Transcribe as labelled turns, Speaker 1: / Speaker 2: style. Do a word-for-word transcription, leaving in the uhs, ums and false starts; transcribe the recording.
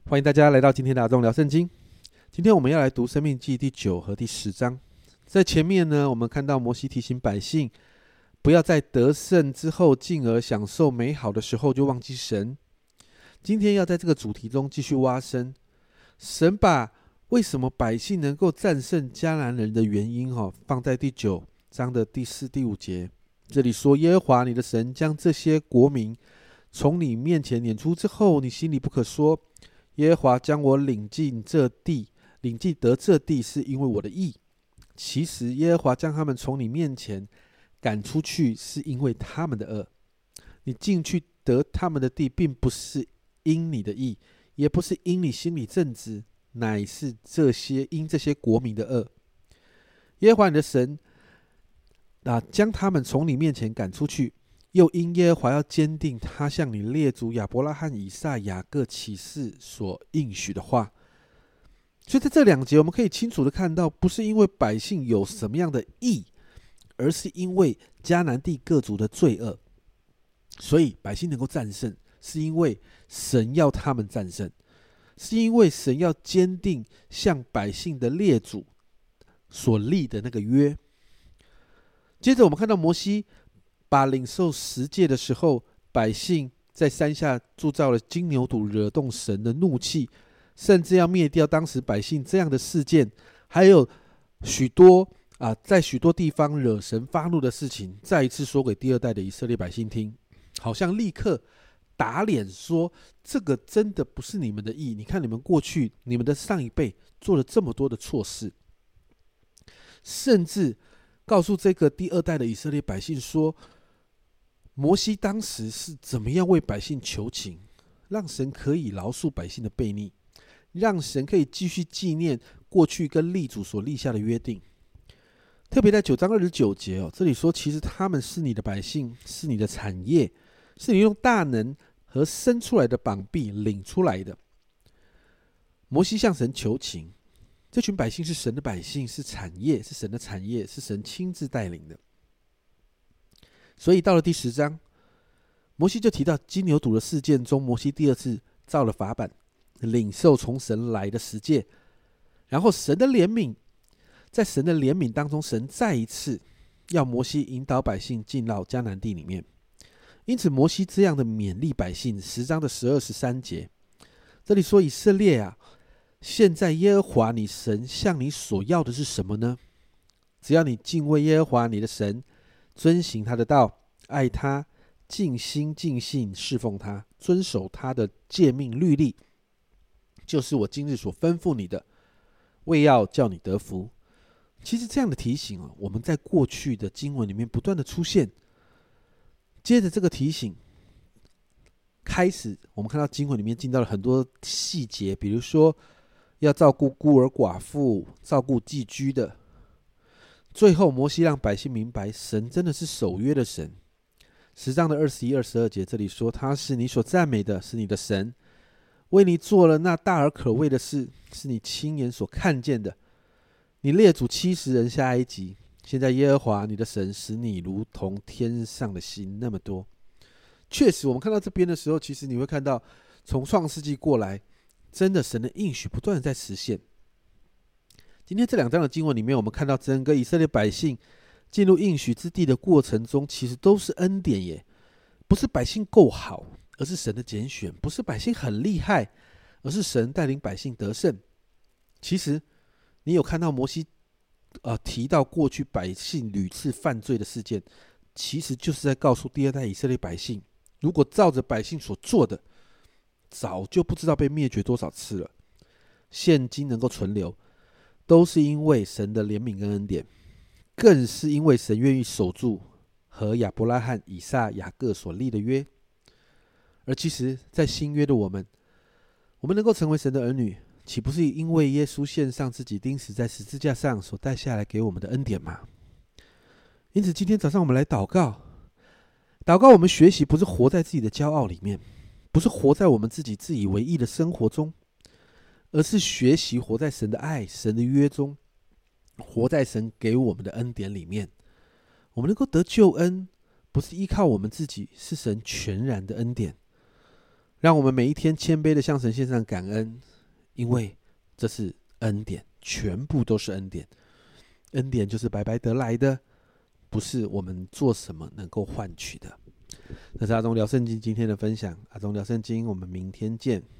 Speaker 1: 欢迎大家来到今天的阿忠聊圣经。今天我们要来读申命记第九和第十章。在前面呢，我们看到摩西提醒百姓，不要在得胜之后，进而享受美好的时候就忘记神。今天要在这个主题中继续挖深，神把为什么百姓能够战胜迦南人的原因、哦、放在第九章的第四、第五节。这里说，耶和华你的神将这些国民从你面前撵出之后，你心里不可说，耶和华将我领进这地，领进得这地是因为我的义。其实耶和华将他们从你面前赶出去，是因为他们的恶。你进去得他们的地，并不是因你的义，也不是因你心里正直，乃是这些因这些国民的恶。耶和华你的神啊，将他们从你面前赶出去，又因耶和华要坚定他向你列祖亚伯拉罕、以撒、雅各起誓所应许的话。所以在这两节我们可以清楚的看到，不是因为百姓有什么样的义，而是因为迦南地各族的罪恶，所以百姓能够战胜，是因为神要他们战胜，是因为神要坚定向百姓的列祖所立的那个约。接着我们看到摩西把领受十诫的时候，百姓在山下铸造了金牛犊，惹动神的怒气，甚至要灭掉当时百姓这样的事件，还有许多、啊、在许多地方惹神发怒的事情，再一次说给第二代的以色列百姓听，好像立刻打脸说，这个真的不是你们的义，你看你们过去你们的上一辈做了这么多的错事，甚至告诉这个第二代的以色列百姓说，摩西当时是怎么样为百姓求情，让神可以饶恕百姓的悖逆，让神可以继续纪念过去跟立祖所立下的约定。特别在九章二十九节、哦、这里说，其实他们是你的百姓，是你的产业，是你用大能和伸出来的膀臂领出来的。摩西向神求情，这群百姓是神的百姓，是产业，是神的产业，是神亲自带领的。所以到了第十章，摩西就提到金牛犊的事件中，摩西第二次造了法版，领受从神来的十诫，然后神的怜悯，在神的怜悯当中，神再一次要摩西引导百姓进到迦南地里面。因此摩西这样的勉励百姓，十章的十二、十三节，这里说，以色列啊，现在耶和华你神向你所要的是什么呢？只要你敬畏耶和华你的神，遵行他的道，爱他，尽心尽性侍奉他，遵守他的诫命律例，就是我今日所吩咐你的，为要叫你得福。其实这样的提醒、啊、我们在过去的经文里面不断的出现。接着这个提醒开始，我们看到经文里面进到了很多细节，比如说要照顾孤儿寡妇，照顾寄居的。最后摩西让百姓明白，神真的是守约的神。十章的二十一、二十二节，这里说，他是你所赞美的，是你的神，为你做了那大而可畏的事，是你亲眼所看见的。你列祖七十人下埃及，现在耶和华你的神使你如同天上的星那么多。确实我们看到这边的时候，其实你会看到从创世纪过来，真的神的应许不断的在实现。今天这两章的经文里面，我们看到整个以色列百姓进入应许之地的过程中，其实都是恩典耶，不是百姓够好，而是神的拣选；不是百姓很厉害，而是神带领百姓得胜。其实你有看到摩西、呃、提到过去百姓屡次犯罪的事件，其实就是在告诉第二代以色列百姓，如果照着百姓所做的，早就不知道被灭绝多少次了。现今能够存留，都是因为神的怜悯跟恩典，更是因为神愿意守住和亚伯拉罕、以撒、雅各所立的约。而其实在新约的我们，我们能够成为神的儿女，岂不是因为耶稣献上自己钉死在十字架上所带下来给我们的恩典吗？因此今天早上我们来祷告，祷告我们学习不是活在自己的骄傲里面，不是活在我们自己自以为意的生活中，而是学习活在神的爱、神的约中，活在神给我们的恩典里面。我们能够得救恩，不是依靠我们自己，是神全然的恩典。 让我们每一天谦卑的向神献上感恩，因为这是恩典，全部都是恩典。恩典就是白白得来的，不是我们做什么能够换取的。这是阿忠聊圣经今天的分享，阿忠聊圣经，我们明天见。